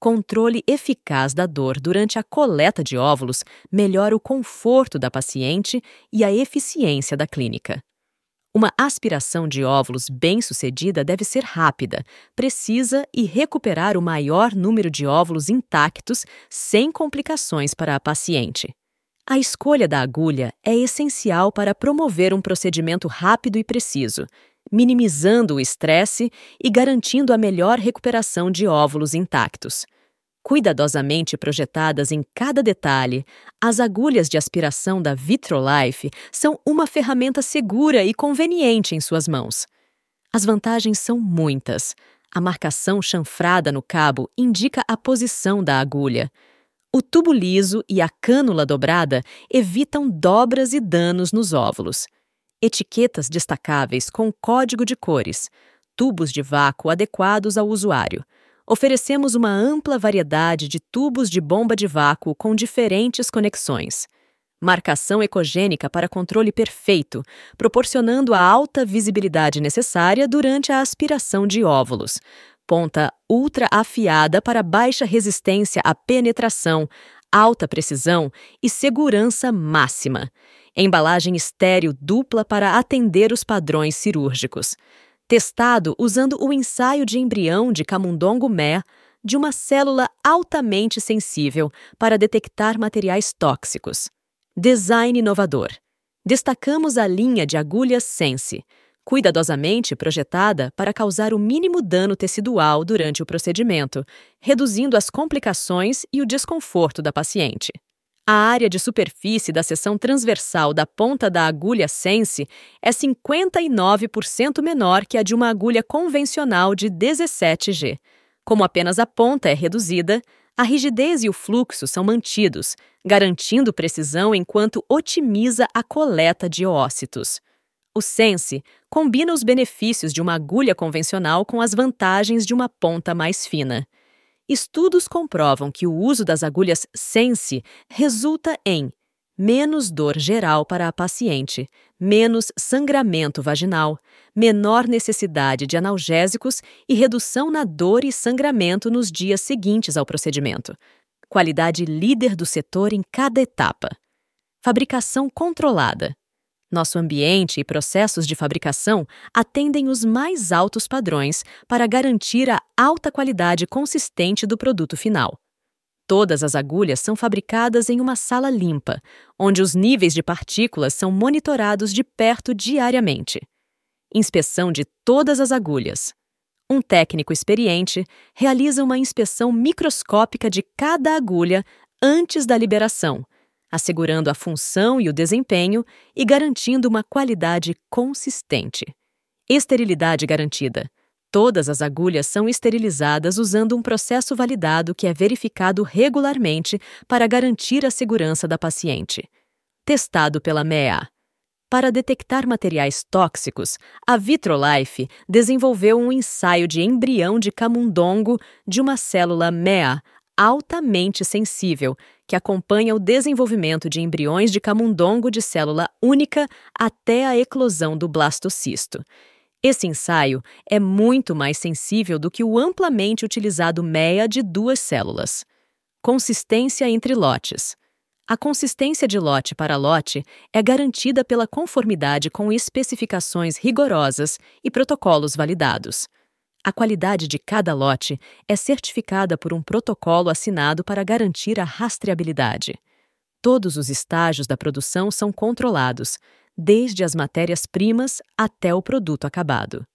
controle eficaz da dor durante a coleta de óvulos melhora o conforto da paciente e a eficiência da clínica. Uma aspiração de óvulos bem-sucedida deve ser rápida, precisa e recuperar o maior número de óvulos intactos sem complicações para a paciente. A escolha da agulha é essencial para promover um procedimento rápido e preciso, minimizando o estresse e garantindo a melhor recuperação de óvulos intactos. Cuidadosamente projetadas em cada detalhe, as agulhas de aspiração da Vitrolife são uma ferramenta segura e conveniente em suas mãos. As vantagens são muitas. A marcação chanfrada no cabo indica a posição da agulha. O tubo liso e a cânula dobrada evitam dobras e danos nos óvulos. Etiquetas destacáveis com código de cores. Tubos de vácuo adequados ao usuário. Oferecemos uma ampla variedade de tubos de bomba de vácuo com diferentes conexões. Marcação ecogênica para controle perfeito, proporcionando a alta visibilidade necessária durante a aspiração de óvulos. Ponta ultra afiada para baixa resistência à penetração, alta precisão e segurança máxima. Embalagem estéril dupla para atender os padrões cirúrgicos. Testado usando o ensaio de embrião de camundongo mé de uma célula altamente sensível para detectar materiais tóxicos. Design inovador. Destacamos a linha de agulhas Sense, cuidadosamente projetada para causar o mínimo dano tecidual durante o procedimento, reduzindo as complicações e o desconforto da paciente. A área de superfície da seção transversal da ponta da agulha Sense é 59% menor que a de uma agulha convencional de 17G. Como apenas a ponta é reduzida, a rigidez e o fluxo são mantidos, garantindo precisão enquanto otimiza a coleta de oócitos. O Sense combina os benefícios de uma agulha convencional com as vantagens de uma ponta mais fina. Estudos comprovam que o uso das agulhas Sense resulta em menos dor geral para a paciente, menos sangramento vaginal, menor necessidade de analgésicos e redução na dor e sangramento nos dias seguintes ao procedimento. Qualidade líder do setor em cada etapa. Fabricação controlada. Nosso ambiente e processos de fabricação atendem os mais altos padrões para garantir a alta qualidade consistente do produto final. Todas as agulhas são fabricadas em uma sala limpa, onde os níveis de partículas são monitorados de perto diariamente. Inspeção de todas as agulhas. Um técnico experiente realiza uma inspeção microscópica de cada agulha antes da liberação, assegurando a função e o desempenho e garantindo uma qualidade consistente. Esterilidade garantida. Todas as agulhas são esterilizadas usando um processo validado que é verificado regularmente para garantir a segurança da paciente. Testado pela MEA. Para detectar materiais tóxicos, a Vitrolife desenvolveu um ensaio de embrião de camundongo de uma célula MEA altamente sensível, que acompanha o desenvolvimento de embriões de camundongo de célula única até a eclosão do blastocisto. Esse ensaio é muito mais sensível do que o amplamente utilizado MEA de 2 células. Consistência entre lotes. A consistência de lote para lote é garantida pela conformidade com especificações rigorosas e protocolos validados. A qualidade de cada lote é certificada por um protocolo assinado para garantir a rastreabilidade. Todos os estágios da produção são controlados, desde as matérias-primas até o produto acabado.